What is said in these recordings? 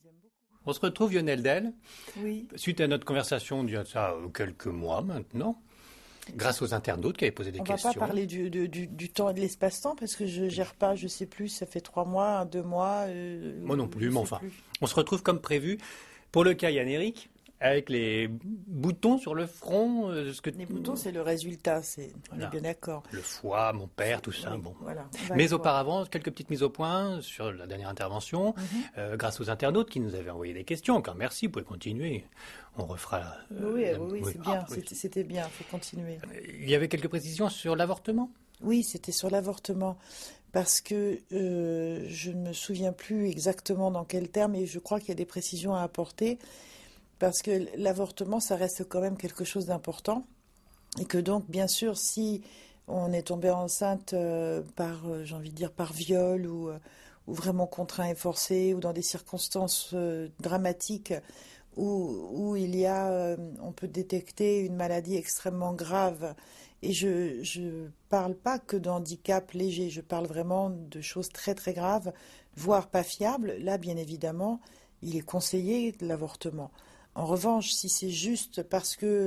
ils aiment beaucoup. On se retrouve, Lionel Del, Oui. suite à notre conversation d'il y a ça quelques mois maintenant, grâce aux internautes qui avaient posé des On questions. va pas parler du temps et de l'espace-temps parce que je gère pas, je sais plus, ça fait 3 mois, 2 mois. Moi non plus, je mais sais enfin. plus. On se retrouve comme prévu pour le cas Yann-Éric, avec les boutons sur le front. Les boutons, c'est le résultat, on Voilà. est bien d'accord. Le foie, mon père, tout ça. Oui, Bon. voilà, on va Mais le voir. auparavant, quelques petites mises au point sur la dernière intervention, grâce aux internautes qui nous avaient envoyé des questions. Encore merci, vous pouvez continuer. On refera. Oui, c'est bien, oui. c'était bien, faut continuer. Il y avait quelques précisions sur l'avortement. Oui, c'était sur l'avortement, parce que je ne me souviens plus exactement dans quel terme, et je crois qu'il y a des précisions à apporter, parce que l'avortement, ça reste quand même quelque chose d'important, et que donc, bien sûr, si on est tombé enceinte par, j'ai envie de dire, par viol, ou vraiment contraint et forcé, ou dans des circonstances dramatiques, où il y a, on peut détecter une maladie extrêmement grave. Et je parle pas que d'handicap léger, je parle vraiment de choses très très graves, voire pas fiables. Là, bien évidemment, il est conseillé l'avortement. En revanche, si c'est juste parce que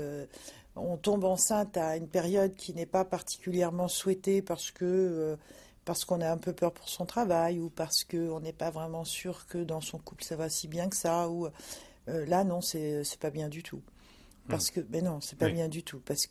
on tombe enceinte à une période qui n'est pas particulièrement souhaitée parce qu'on a un peu peur pour son travail ou parce qu'on n'est pas vraiment sûr que dans son couple ça va si bien que ça, ou là non, c'est pas bien du tout. Parce que, mais non, c'est pas Oui. bien du tout. Parce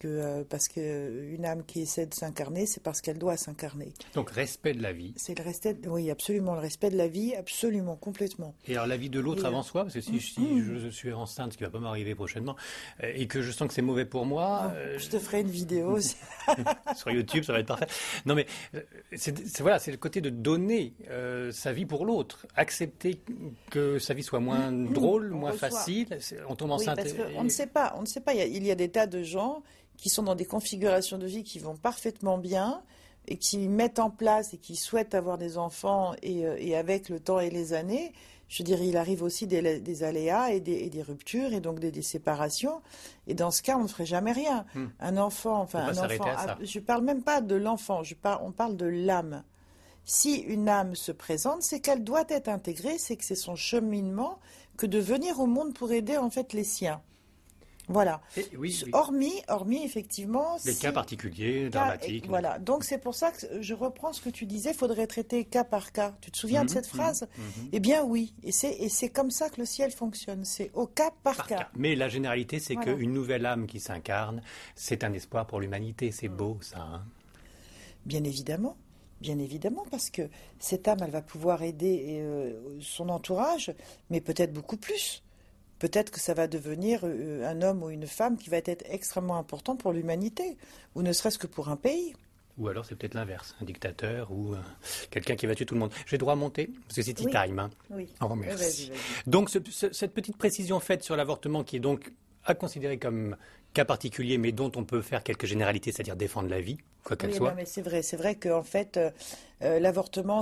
que une âme qui essaie de s'incarner, c'est parce qu'elle doit s'incarner. Donc respect de la vie. C'est le respect, oui, absolument, le respect de la vie, absolument, complètement. Et alors la vie de l'autre Et, avant soi, parce que si je suis enceinte, ce qui va pas m'arriver prochainement, et que je sens que c'est mauvais pour moi, je te ferai une vidéo. sur YouTube, ça va être parfait. Non mais voilà, c'est le côté de donner sa vie pour l'autre, accepter que sa vie soit moins drôle, moins facile. On tombe Oui, enceinte. parce qu'on ne sait pas, on ne sait pas. Il y a des tas de gens qui sont dans des configurations de vie qui vont parfaitement bien et qui mettent en place et qui souhaitent avoir des enfants et avec le temps et les années, je dirais, il arrive aussi des aléas et des ruptures et donc des séparations. Et dans ce cas, on ne ferait jamais rien. Un enfant, Faut pas s'arrêter à ça. je parle même pas de l'enfant, on parle de l'âme. Si une âme se présente, c'est qu'elle doit être intégrée, c'est que c'est son cheminement que de venir au monde pour aider en fait les siens. Voilà. Oui. Hormis effectivement Des cas particuliers, dramatiques. Voilà. Donc c'est pour ça que je reprends ce que tu disais, il faudrait traiter cas par cas. Tu te souviens de cette phrase? Eh bien oui. Et c'est comme ça que le ciel fonctionne. C'est au cas par cas. Mais la généralité, c'est Voilà. qu'une nouvelle âme qui s'incarne, c'est un espoir pour l'humanité. C'est beau, ça. Hein. Bien évidemment. Bien évidemment, parce que cette âme, elle va pouvoir aider son entourage, mais peut-être beaucoup plus. Peut-être que ça va devenir un homme ou une femme qui va être extrêmement important pour l'humanité, ou ne serait-ce que pour un pays. Ou alors c'est peut-être l'inverse, un dictateur ou quelqu'un qui va tuer tout le monde. J'ai droit à monter, parce que c'est tea Oui. time. Hein. Oui. Oh, merci. Vas-y. Donc cette petite précision faite sur l'avortement qui est donc à considérer comme cas particulier, mais dont on peut faire quelques généralités, c'est-à-dire défendre la vie, quoi qu'elle Oui, soit. non, mais c'est vrai qu'en fait, l'avortement,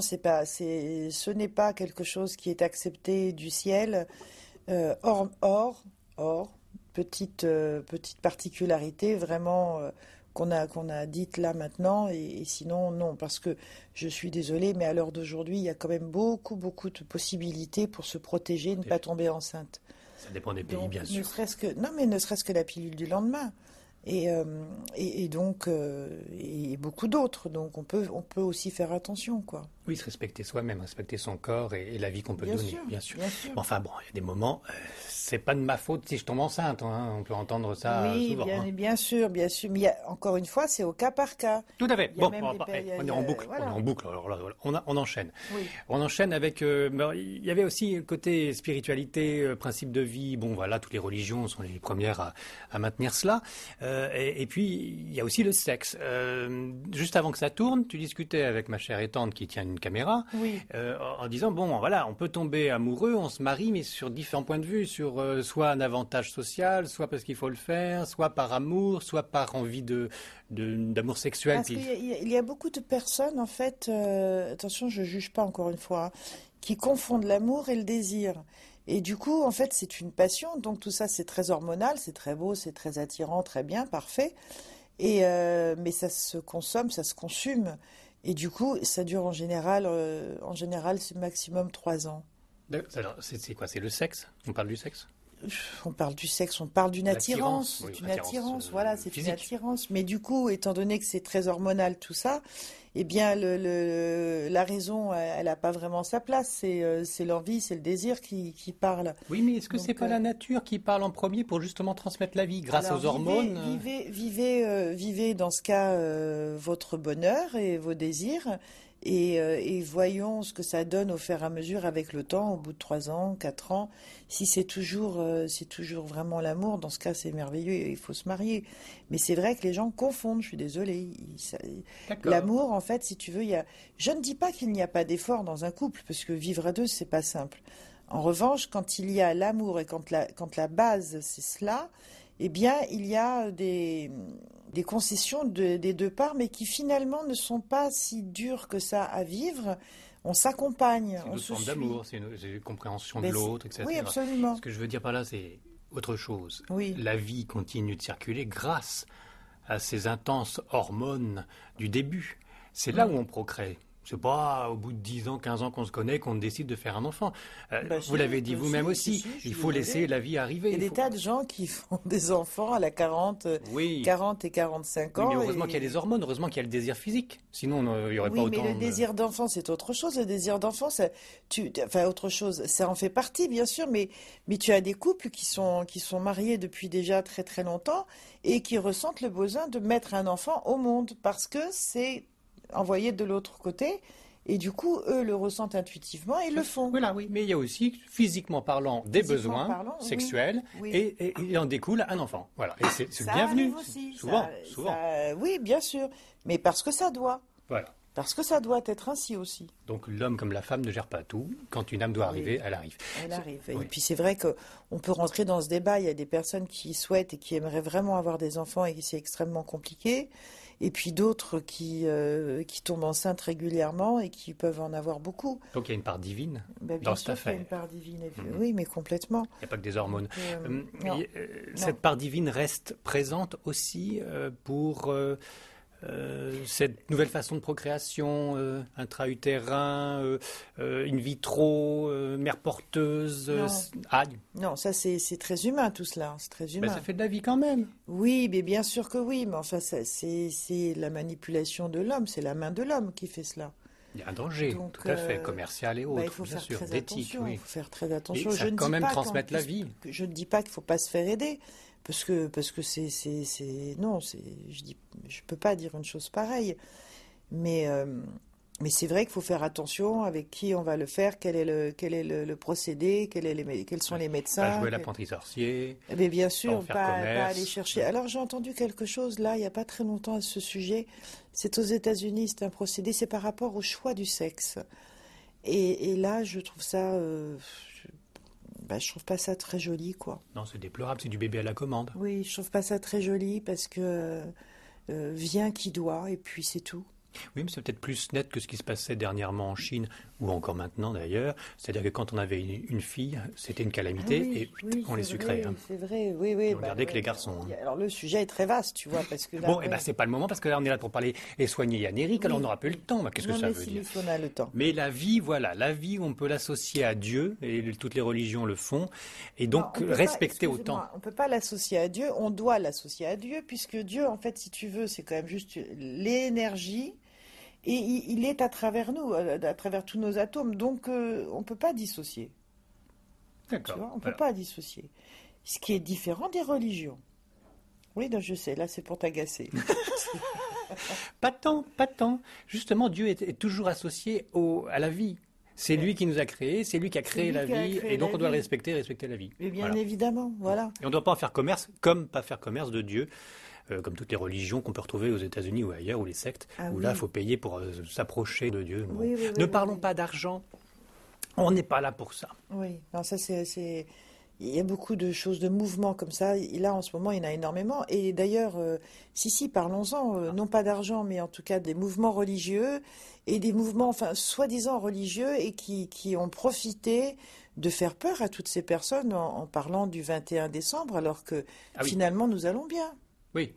ce n'est pas quelque chose qui est accepté du ciel. Petite particularité vraiment qu'on a dite là maintenant, et sinon non, parce que je suis désolée, mais à l'heure d'aujourd'hui, il y a quand même beaucoup de possibilités pour se protéger, ne pas tomber enceinte. Ça dépend des pays, Donc, bien sûr. ne serait-ce que la pilule du lendemain. Et donc, et beaucoup d'autres. Donc, on peut aussi faire attention, quoi. Oui, se respecter soi-même, respecter son corps et la vie qu'on peut Bien donner, sûr, bien sûr. bien sûr. Enfin bon, il y a des moments, c'est pas de ma faute si je tombe enceinte, hein, on peut entendre ça Oui, souvent. Hein. bien sûr. Mais encore une fois, c'est au cas par cas. Tout à fait. Il y a Bon, même des périodes, on est en boucle. voilà. On est en boucle. Alors là, on enchaîne. Oui. On enchaîne avec. Il y avait aussi le côté spiritualité, principe de vie. Bon, voilà, toutes les religions sont les premières à maintenir cela. Et puis il y a aussi le sexe. Juste avant que ça tourne, tu discutais avec ma chère et tante qui tient une caméra, Oui. en disant bon, voilà, on peut tomber amoureux, on se marie, mais sur différents points de vue, sur soit un avantage social, soit parce qu'il faut le faire, soit par amour, soit par envie d'amour sexuel. Parce qu'il y a beaucoup de personnes, en fait, attention, je juge pas encore une fois, hein, qui confondent l'amour et le désir. Et du coup, en fait, c'est une passion. Donc tout ça, c'est très hormonal, c'est très beau, c'est très attirant, très bien, parfait. Mais ça se consomme, ça se consume. Et du coup, ça dure en général c'est maximum 3 ans. Alors, c'est quoi? C'est le sexe? On parle du sexe? On parle du sexe, on parle d'une attirance. Oui, C'est une attirance, attirance, voilà, c'est physique. une attirance. Mais du coup, étant donné que c'est très hormonal tout ça, eh bien, la raison, elle n'a pas vraiment sa place. C'est l'envie, c'est le désir qui parle. Oui, mais est-ce que c'est Donc, pas la nature qui parle en premier pour justement transmettre la vie grâce alors, aux hormones? vivez dans ce cas votre bonheur et vos désirs. Et voyons ce que ça donne au fur et à mesure avec le temps, au bout de 3 ans, 4 ans. Si c'est toujours vraiment l'amour, dans ce cas c'est merveilleux, il faut se marier. Mais c'est vrai que les gens confondent, je suis désolée. D'accord. L'amour, en fait, si tu veux, je ne dis pas qu'il n'y a pas d'effort dans un couple, parce que vivre à deux, c'est pas simple. En revanche, quand il y a l'amour et quand la base c'est cela, eh bien, il y a des concessions des deux parts, mais qui finalement ne sont pas si dures que ça à vivre. On s'accompagne, C'est une on autre se forme suit. d'amour, c'est une compréhension de Mais l'autre, etc. oui, absolument. Ce que je veux dire par là, c'est autre chose. Oui. La vie continue de circuler grâce à ces intenses hormones du début. C'est là où on procrée. C'est pas au bout de 10 ans, 15 ans qu'on se connaît qu'on décide de faire un enfant. Vous l'avez dit vous-même aussi, il faut laisser la vie arriver. Il y a des tas de gens qui font des enfants à la 40 et 45 ans. Oui, mais heureusement qu'il y a les hormones, heureusement qu'il y a le désir physique. Sinon, il n'y aurait pas autant... Oui, mais le désir d'enfant, c'est autre chose. Le désir d'enfant, autre chose, ça en fait partie, bien sûr, mais tu as des couples qui sont mariés depuis déjà très très longtemps et qui ressentent le besoin de mettre un enfant au monde parce que c'est envoyé de l'autre côté, et du coup, eux le ressentent intuitivement et le font. Voilà, oui, mais il y a aussi, physiquement parlant, des besoins sexuels, oui. Et il en découle un enfant. Voilà, et c'est ça bienvenu. Arrive aussi, souvent. Oui, bien sûr, mais parce que ça doit. Voilà. Parce que ça doit être ainsi aussi. Donc l'homme comme la femme ne gère pas tout. Quand une âme doit arriver, elle arrive. Elle arrive. Oui. Et puis c'est vrai qu'on peut rentrer dans ce débat. Il y a des personnes qui souhaitent et qui aimeraient vraiment avoir des enfants et c'est extrêmement compliqué. Et puis d'autres qui tombent enceintes régulièrement et qui peuvent en avoir beaucoup. Donc il y a une part divine dans cette affaire. Il y a une part divine. Oui, mais complètement. Il n'y a pas que des hormones. Cette part divine reste présente aussi pour... cette nouvelle façon de procréation, intra-utérin, in vitro, mère porteuse, Non, ça c'est très humain tout cela, c'est très humain. Ben, ça fait de la vie quand même. Oui, mais bien sûr que oui, mais enfin c'est la manipulation de l'homme, c'est la main de l'homme qui fait cela. Il y a un danger, donc, tout à fait, commercial et autres, il faut bien faire sûr, très d'éthique. attention, il faut faire très attention. Et ça quand même transmettre la vie. Je ne dis pas qu'il ne faut pas se faire aider, parce que non, je peux pas dire une chose pareille, mais c'est vrai qu'il faut faire attention avec qui on va le faire, quel est le procédé, quels sont les médecins. Pas jouer l'apprenti sorcier. Mais bien sûr, pas aller chercher. Ouais. Alors j'ai entendu quelque chose là, il n'y a pas très longtemps à ce sujet. C'est aux États-Unis, c'est un procédé, c'est par rapport au choix du sexe. Et là, je trouve ça, je trouve pas ça très joli, quoi. Non, c'est déplorable, c'est du bébé à la commande. Oui, je trouve pas ça très joli parce que vient qui doit et puis c'est tout. Oui, mais c'est peut-être plus net que ce qui se passait dernièrement en Chine, ou encore maintenant d'ailleurs. C'est-à-dire que quand on avait une fille, c'était une calamité, on les sucrait. C'est vrai, oui. Et on gardait que les garçons. Alors le sujet est très vaste, tu vois, parce que là... Bon, c'est pas le moment, parce que là on est là pour parler et soigner Yann Eric, alors on n'aura plus le temps. Qu'est-ce que ça veut dire? On a le temps. Mais la vie, on peut l'associer à Dieu, et toutes les religions le font, et donc respecter autant. On ne peut pas l'associer à Dieu, on doit l'associer à Dieu, puisque Dieu, en fait, si tu veux, c'est quand même juste l'énergie. Et il est à travers nous, à travers tous nos atomes. Donc, on ne peut pas dissocier. D'accord. Tu vois, on ne peut pas dissocier. Ce qui est différent des religions. Oui, donc je sais, là, c'est pour t'agacer. Pas tant. Justement, Dieu est toujours associé à la vie. C'est lui qui nous a créés, c'est lui qui a créé la vie, et donc on doit le respecter la vie. Mais bien évidemment, voilà. Et on ne doit pas en faire commerce, comme pas faire commerce de Dieu. Comme toutes les religions qu'on peut retrouver aux États-Unis ou ailleurs, ou les sectes, où là, il faut payer pour s'approcher de Dieu. Ne parlons pas d'argent. On n'est pas là pour ça. Oui, non, ça c'est... Il y a beaucoup de choses, de mouvements comme ça. Et là, en ce moment, il y en a énormément. Et d'ailleurs, parlons-en. Non pas d'argent, mais en tout cas des mouvements religieux et des mouvements, enfin, soi-disant religieux et qui ont profité de faire peur à toutes ces personnes en parlant du 21 décembre, alors que finalement, nous allons bien. Oui.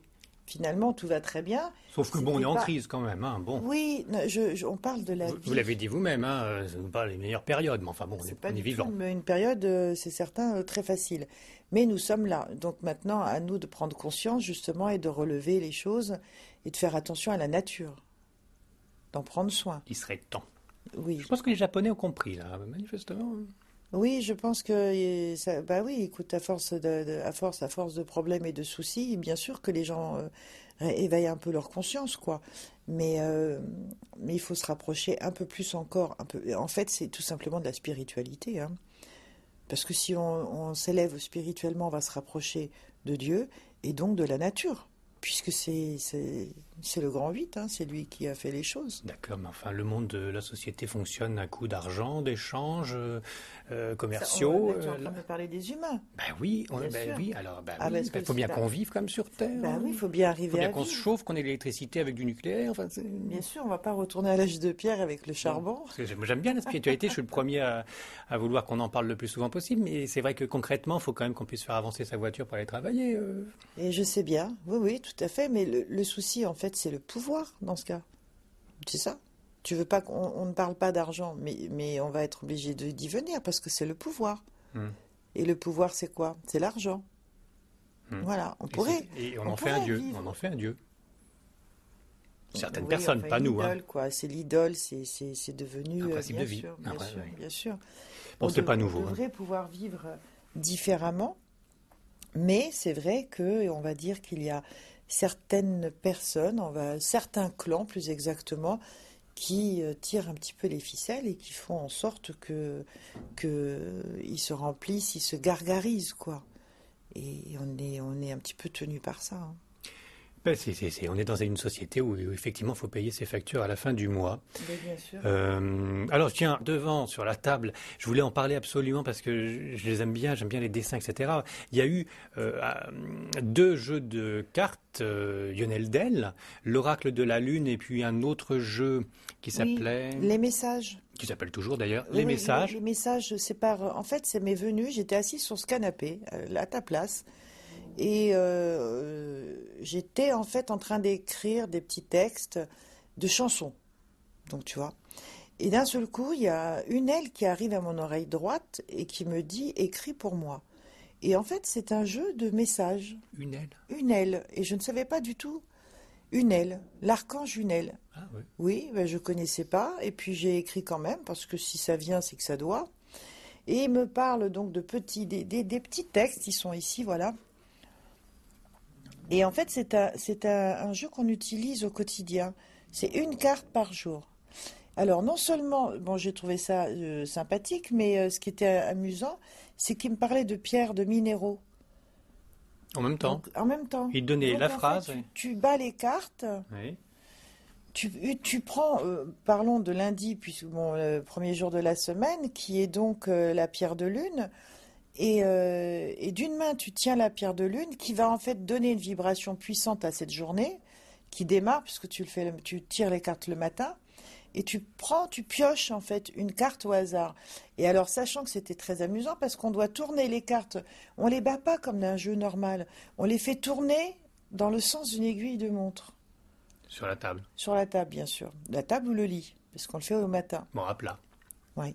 finalement, tout va très bien. Sauf que on est en crise quand même. Hein, bon. Oui, on parle de la vie. Vous l'avez dit vous-même, hein, ce ne sont pas les meilleures périodes, mais enfin bon, on est vivant. Une période, c'est certain, très facile. Mais nous sommes là. Donc maintenant, à nous de prendre conscience, justement, et de relever les choses et de faire attention à la nature. D'en prendre soin. Il serait temps. Oui. Je pense que les Japonais ont compris, là, manifestement. Oui, je pense que bah oui, écoute, à force de problèmes et de soucis, bien sûr que les gens éveillent un peu leur conscience, quoi. Mais il faut se rapprocher un peu plus encore, un peu. En fait, c'est tout simplement de la spiritualité, hein. Parce que si on s'élève spirituellement, on va se rapprocher de Dieu et donc de la nature. Puisque c'est le grand 8, hein, c'est lui qui a fait les choses. D'accord, mais enfin, le monde de la société fonctionne à coup d'argent, d'échanges commerciaux. Là, tu es en train de me parler des humains. Ben oui, alors il faut bien qu'on vive comme sur Terre. Ben oui, il faut bien arriver à vivre. Il faut bien qu'on se chauffe, qu'on ait l'électricité avec du nucléaire. Enfin, bien sûr, on ne va pas retourner à l'âge de pierre avec le charbon. J'aime bien la spiritualité, je suis le premier à vouloir qu'on en parle le plus souvent possible, mais c'est vrai que concrètement, il faut quand même qu'on puisse faire avancer sa voiture pour aller travailler. Et je sais bien, oui, tout à fait, mais le souci, en fait, c'est le pouvoir dans ce cas. C'est ça. Tu veux pas qu'on ne parle pas d'argent, mais on va être obligé d'y venir parce que c'est le pouvoir. Et le pouvoir, c'est quoi? C'est l'argent. Voilà, on pourrait. Et on en fait un dieu. On en fait un dieu. Certaines oui, personnes, enfin, pas nous. L'idole, quoi. C'est l'idole, c'est devenu un principe bien de vie. Sûr, bien sûr. Bon, c'est pas nouveau. On devrait pouvoir vivre différemment, mais c'est vrai que, on va dire qu'il y a certaines personnes, certains clans plus exactement, qui tirent un petit peu les ficelles et qui font en sorte que ils se remplissent, ils se gargarisent, quoi. Et on est un petit peu tenu par ça. Hein. On est dans une société où effectivement il faut payer ses factures à la fin du mois. Bien sûr. Alors tiens, devant, sur la table, je voulais en parler absolument parce que je les aime bien, j'aime bien les dessins, etc. Il y a eu 2 jeux de cartes, Lionel Del, l'Oracle de la Lune et puis un autre jeu qui s'appelait... Les messages. Qui s'appelle toujours d'ailleurs, les messages. Les messages, c'est par... En fait, c'est m'est venu, j'étais assise sur ce canapé, à ta place. Et j'étais en fait en train d'écrire des petits textes de chansons. Donc tu vois. Et d'un seul coup, il y a une aile qui arrive à mon oreille droite et qui me dit « Écris pour moi ». Et en fait, c'est un jeu de messages. Une aile. Une aile. Et je ne savais pas du tout. Une aile. L'archange une aile. Ah oui. Oui, ben, je ne connaissais pas. Et puis j'ai écrit quand même, parce que si ça vient, c'est que ça doit. Et il me parle donc de des petits textes. Ils sont ici, voilà. Et en fait, c'est un jeu qu'on utilise au quotidien. C'est une carte par jour. Alors, non seulement, bon, j'ai trouvé ça sympathique, mais ce qui était amusant, c'est qu'il me parlait de pierres, de minéraux. En même temps. Donc, en même temps. Il donnait donc, la phrase. Fait, tu bats les cartes. Oui. Tu prends, parlons de lundi, puisque bon, le premier jour de la semaine, qui est donc la pierre de lune. Et d'une main, tu tiens la pierre de lune qui va en fait donner une vibration puissante à cette journée qui démarre puisque tu tires les cartes le matin et tu pioches en fait une carte au hasard. Et alors, sachant que c'était très amusant parce qu'on doit tourner les cartes, on les bat pas comme d'un jeu normal, on les fait tourner dans le sens d'une aiguille de montre. Sur la table. Sur la table, bien sûr. La table ou le lit, parce qu'on le fait au matin. Bon, à plat. Oui.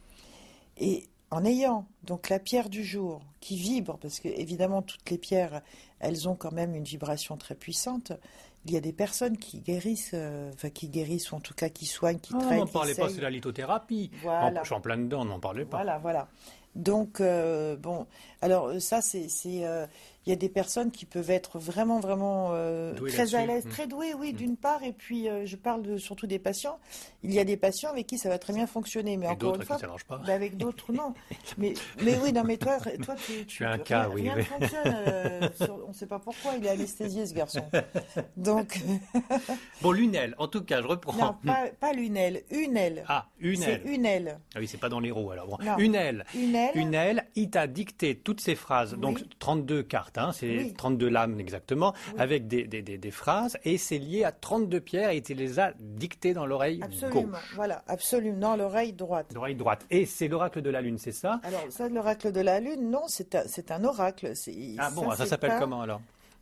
Et en ayant donc la pierre du jour qui vibre, parce que évidemment toutes les pierres, elles ont quand même une vibration très puissante. Il y a des personnes qui guérissent, ou en tout cas qui soignent, qui traitent. On n'en parlait pas, c'est la lithothérapie. Voilà. Je suis en plein dedans, on n'en parlait pas. Voilà. Donc, bon, alors ça, il y a des personnes qui peuvent être vraiment très à l'aise, très douées, oui, d'une part, et puis je parle surtout des patients. Il y a des patients avec qui ça va très bien fonctionner, mais et encore une fois, ça marche pas. Avec d'autres, non. mais oui, non, mais toi, je suis un cas, oui. Rien ne fonctionne. On ne sait pas pourquoi, il est anesthésié, ce garçon. Donc. Bon, l'unelle, en tout cas, je reprends. Non, pas l'unelle, une aile. Ah, une aile. C'est une aile. Ah oui, c'est pas dans l'héros, alors. Bon. Non. Une aile. Une aile. Il t'a dicté toutes ces phrases, donc 32 cartes, hein, c'est 32 lames exactement, avec des phrases, et c'est lié à 32 pierres, et tu les as dictées dans l'oreille gauche. Voilà, absolument, dans l'oreille droite. L'oreille droite. Et c'est l'oracle de la Lune, c'est ça? Alors, ça, l'oracle de la Lune, non, c'est un oracle. Ça s'appelle comment alors?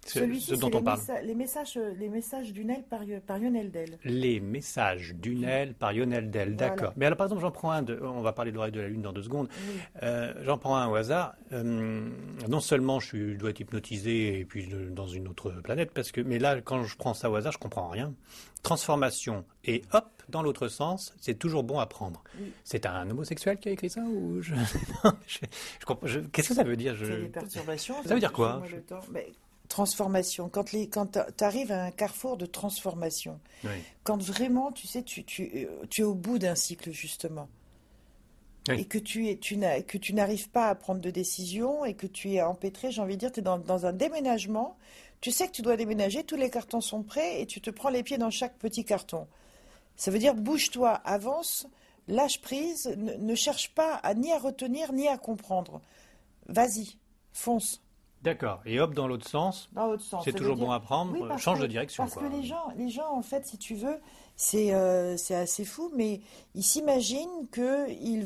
Celui-ci, ce dont c'est on parle. les messages d'Unel par Lionel Del. Les messages d'Unel par Lionel Del, Voilà. d'accord. Mais alors, par exemple, j'en prends un, on va parler de l'oreille de la Lune dans 2 secondes. Oui. J'en prends un au hasard. Non seulement je dois être hypnotisé et puis dans une autre planète, mais là, quand je prends ça au hasard, je comprends rien. Transformation et hop, dans l'autre sens, c'est toujours bon à prendre. Oui. C'est un homosexuel qui a écrit ça ou non, qu'est-ce que ça veut dire? C'est des perturbations. Ça veut dire quoi? Transformation. Quand tu arrives à un carrefour de transformation, Oui. quand vraiment, tu sais, tu es au bout d'un cycle, justement, oui. et que tu n'arrives pas à prendre de décision et que tu es empêtré, j'ai envie de dire, tu es dans un déménagement, tu sais que tu dois déménager, tous les cartons sont prêts et tu te prends les pieds dans chaque petit carton. Ça veut dire bouge-toi, avance, lâche prise, ne cherche pas ni à retenir ni à comprendre. Vas-y, fonce. D'accord. Et hop, dans l'autre sens, c'est toujours bon à prendre, oui, change de direction. Parce que les gens, en fait, si tu veux, c'est assez fou, mais ils s'imaginent qu'ils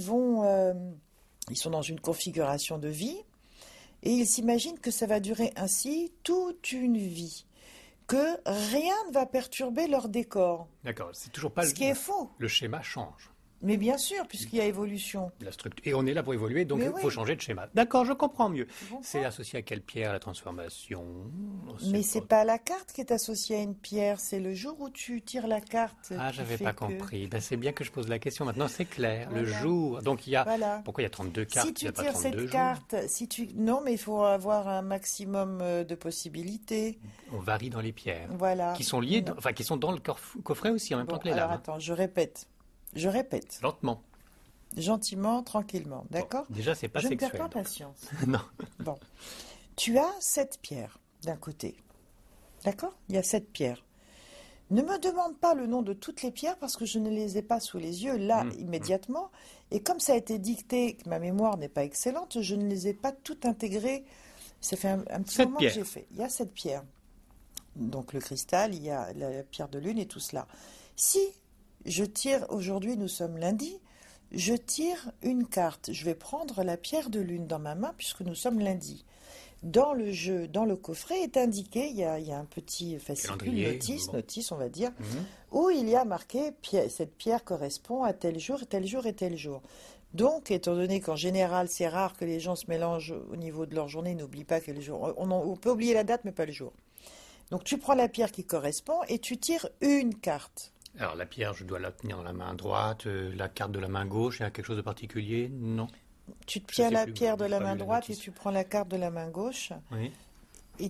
ils sont dans une configuration de vie, et ils s'imaginent que ça va durer ainsi toute une vie, que rien ne va perturber leur décor. D'accord, c'est toujours pas ce qui est faux. Le schéma change. Mais bien sûr, puisqu'il y a évolution. La structure. Et on est là pour évoluer, donc il faut oui. changer de schéma. D'accord, je comprends mieux. C'est associé à quelle pierre, la transformation? Mais c'est pas la carte qui est associée à une pierre, c'est le jour où tu tires la carte. Ah, j'avais pas compris. Ben, c'est bien que je pose la question. Maintenant, c'est clair. Voilà. Le jour. Donc il y a. Voilà. Pourquoi il y a 32 cartes? Si tu il y a pas tires 32 cette jours. carte, non, mais il faut avoir un maximum de possibilités. On varie dans les pierres. Voilà. Qui sont liées, qui sont dans le coffret aussi en même temps que les lames. Attends, je répète. Lentement. Gentiment, tranquillement, d'accord? Bon, déjà, c'est pas sexuel. Je ne perds pas patience. Non. Bon. Tu as 7 pierres d'un côté. D'accord? Il y a 7 pierres. Ne me demande pas le nom de toutes les pierres parce que je ne les ai pas sous les yeux là immédiatement. Et comme ça a été dicté, que ma mémoire n'est pas excellente, je ne les ai pas toutes intégrées. Ça fait un petit moment que j'ai fait. Il y a 7 pierres. Donc le cristal, il y a la pierre de lune et tout cela. Si je tire, aujourd'hui nous sommes lundi, je tire une carte. Je vais prendre la pierre de lune dans ma main puisque nous sommes lundi. Dans le jeu, dans le coffret est indiqué, il y a un petit fascicule, notice on va dire, où il y a marqué cette pierre correspond à tel jour, tel jour et tel jour. Donc, étant donné qu'en général c'est rare que les gens se mélangent au niveau de leur journée, n'oublie pas quel jour. On peut oublier la date mais pas le jour. Donc tu prends la pierre qui correspond et tu tires une carte. Alors la pierre, je dois la tenir dans la main droite, la carte de la main gauche, il y a quelque chose de particulier? Non. Tu tiens la pierre de la main droite et tu prends la carte de la main gauche. Oui. Et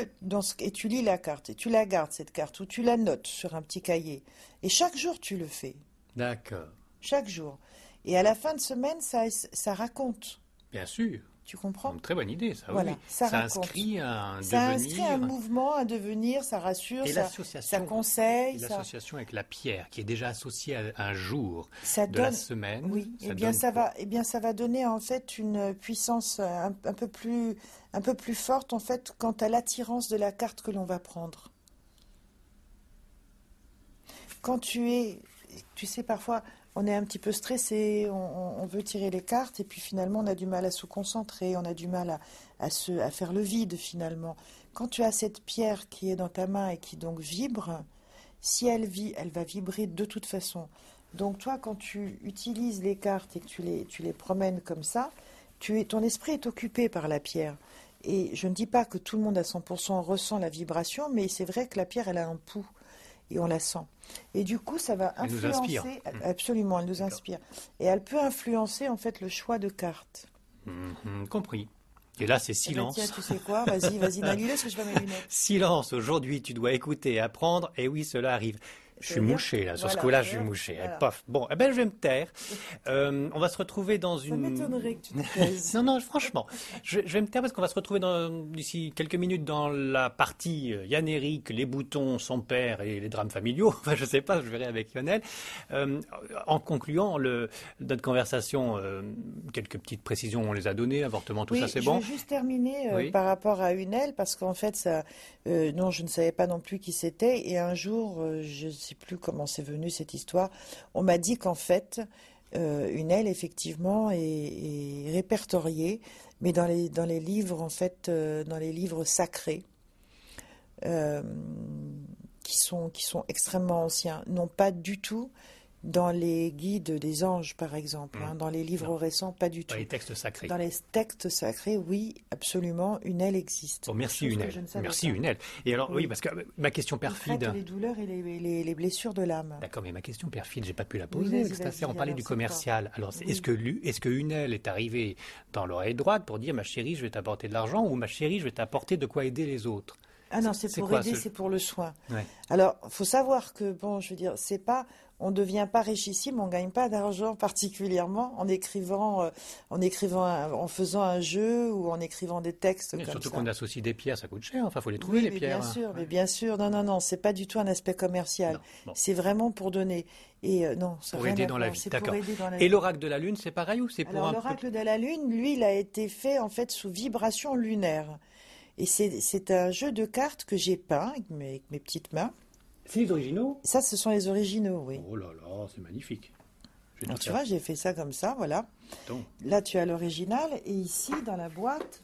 tu lis la carte et tu la gardes cette carte ou tu la notes sur un petit cahier. Et chaque jour tu le fais. D'accord. Chaque jour. Et à la fin de semaine, ça raconte. Bien sûr. Tu comprends? Une très bonne idée, ça. Voilà, oui. ça inscrit un devenir. Ça inscrit un mouvement, un devenir, ça rassure, ça conseille. Et l'association avec la pierre, qui est déjà associée à un jour la semaine. Oui, ça va donner en fait une puissance un peu plus forte en fait quant à l'attirance de la carte que l'on va prendre. Quand tu sais parfois on est un petit peu stressé, on veut tirer les cartes et puis finalement on a du mal à se concentrer, on a du mal à faire le vide finalement. Quand tu as cette pierre qui est dans ta main et qui donc vibre, si elle va vibrer de toute façon. Donc toi quand tu utilises les cartes et que tu les promènes comme ça, ton esprit est occupé par la pierre. Et je ne dis pas que tout le monde à 100% ressent la vibration, mais c'est vrai que la pierre elle a un pouls. Et on la sent. Et du coup, ça va influencer. Absolument, elle nous inspire. Et elle peut influencer en fait le choix de cartes. Compris. Et là, c'est silence. Tiens, tu sais quoi? Vas-y, Nali, parce que je vais mes lunettes. Silence. Aujourd'hui, tu dois écouter et apprendre. Et oui, cela arrive. Je suis mouché, là. Sur ce coup-là, je suis mouché. Voilà. Pof. Bon, je vais me taire. On va se retrouver dans une... Ça m'étonnerait que tu te taises. Non, franchement. Je vais me taire parce qu'on va se retrouver d'ici quelques minutes dans la partie Yann-Éric, les boutons, son père et les drames familiaux. Enfin, je sais pas, je verrai avec Lionel. En concluant notre conversation, quelques petites précisions, on les a données. Avortement, tout ça, c'est bon. Je vais juste terminer par rapport à Unel, parce qu'en fait, non, je ne savais pas non plus qui c'était. Et un jour, je ne sais plus comment c'est venu cette histoire. On m'a dit qu'en fait, Unel effectivement est répertoriée, mais dans les livres en fait, dans les livres sacrés, euh, qui sont extrêmement anciens, non pas du tout dans les guides des anges, par exemple, dans les livres récents, pas du tout. Dans les textes sacrés. Dans les textes sacrés, oui, absolument, une aile existe. Oh, merci Unel. Merci Unel. Et alors, oui, parce que ma question perfide. Il traite les douleurs et les blessures de l'âme. D'accord, mais ma question perfide, j'ai pas pu la poser. On parlait du commercial. Alors, est-ce que Unel est arrivé dans l'oreille droite pour dire, ma chérie, je vais t'apporter de l'argent, ou ma chérie, je vais t'apporter de quoi aider les autres? Ah non, c'est pour aider, c'est pour le soin. Ouais. Alors, faut savoir que, bon, je veux dire, c'est pas, on ne devient pas richissime, on gagne pas d'argent particulièrement en écrivant, en faisant un jeu ou en écrivant des textes comme surtout ça. qu'on associe des pierres, ça coûte cher. Enfin, faut les trouver, les pierres. Bien sûr, mais bien sûr. Non, c'est pas du tout un aspect commercial. Non. C'est vraiment pour donner. Et non, ça pour aider dans la vie. D'accord. Et l'oracle de la Lune, c'est pareil ou c'est pour Alors, l'oracle de la Lune, lui, il a été fait en fait sous vibration lunaire. Et c'est un jeu de cartes que j'ai peint avec mes petites mains. C'est les originaux? Ça, ce sont les originaux, oui. Oh là là, c'est magnifique. Alors, tu vois, j'ai fait ça comme ça, voilà. Donc. Là, tu as l'original. Et ici, dans la boîte,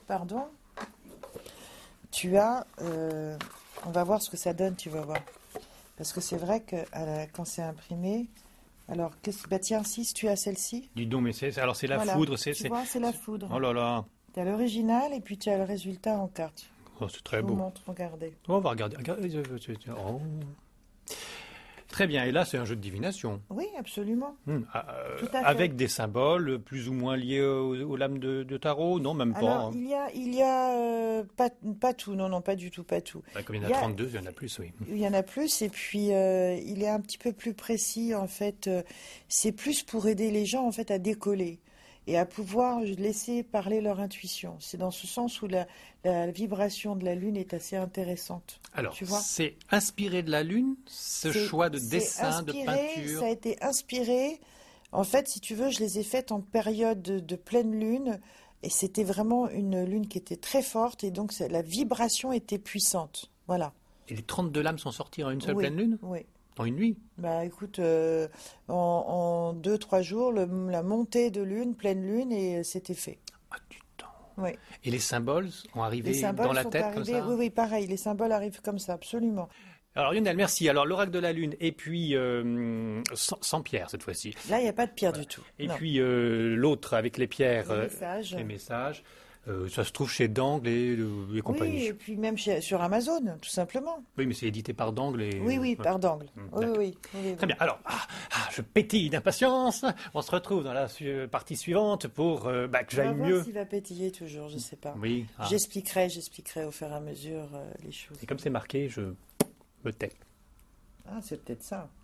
tu as... on va voir ce que ça donne, tu vas voir. Parce que c'est vrai que quand c'est imprimé... Alors, tiens, si tu as celle-ci. Dis donc, mais c'est la foudre. Tu vois, c'est la foudre. Oh là là. Tu as l'original et puis tu as le résultat en carte. Oh, c'est très beau. Je vous montre, regardez. Oh, on va regarder. Oh. Très bien, et là c'est un jeu de divination. Oui, absolument. Avec des symboles plus ou moins liés aux lames de tarot? Non, même pas. Alors, il y a pas tout, non, pas du tout, pas tout. Comme il y en a 32, il y en a plus, oui. Il y en a plus, et puis il est un petit peu plus précis, en fait. C'est plus pour aider les gens, en fait, à décoller et à pouvoir laisser parler leur intuition. C'est dans ce sens où la vibration de la Lune est assez intéressante. Alors, tu vois, c'est inspiré de la Lune, ce choix de dessin, de peinture? Ça a été inspiré. En fait, si tu veux, je les ai faites en période de pleine Lune, et c'était vraiment une Lune qui était très forte, et donc la vibration était puissante. Voilà. Et les 32 lames sont sorties en une seule pleine Lune? Oui. En une nuit? Bah écoute, en 2-3 jours, la montée de lune, pleine lune, et c'était fait. Ah, du temps. Oui. Et les symboles sont arrivés dans la tête comme ça? Oui, pareil, les symboles arrivent comme ça, absolument. Alors Lionel, merci. Alors l'oracle de la Lune, et puis sans pierre cette fois-ci. Là, il n'y a pas de pierre du tout. Et puis l'autre avec les pierres, les messages. Ça se trouve chez Dangle et compagnie. Oui, et puis même sur Amazon, tout simplement. Oui, mais c'est édité par Dangle. Oui, par Dangle. Oui. Très bien. Alors, je pétille d'impatience. On se retrouve dans la partie suivante pour que j'aille mieux. On va voir s'il va pétiller toujours, je ne sais pas. Oui. J'expliquerai au fur et à mesure les choses. Et comme c'est marqué, je me tais. Ah, c'est peut-être ça.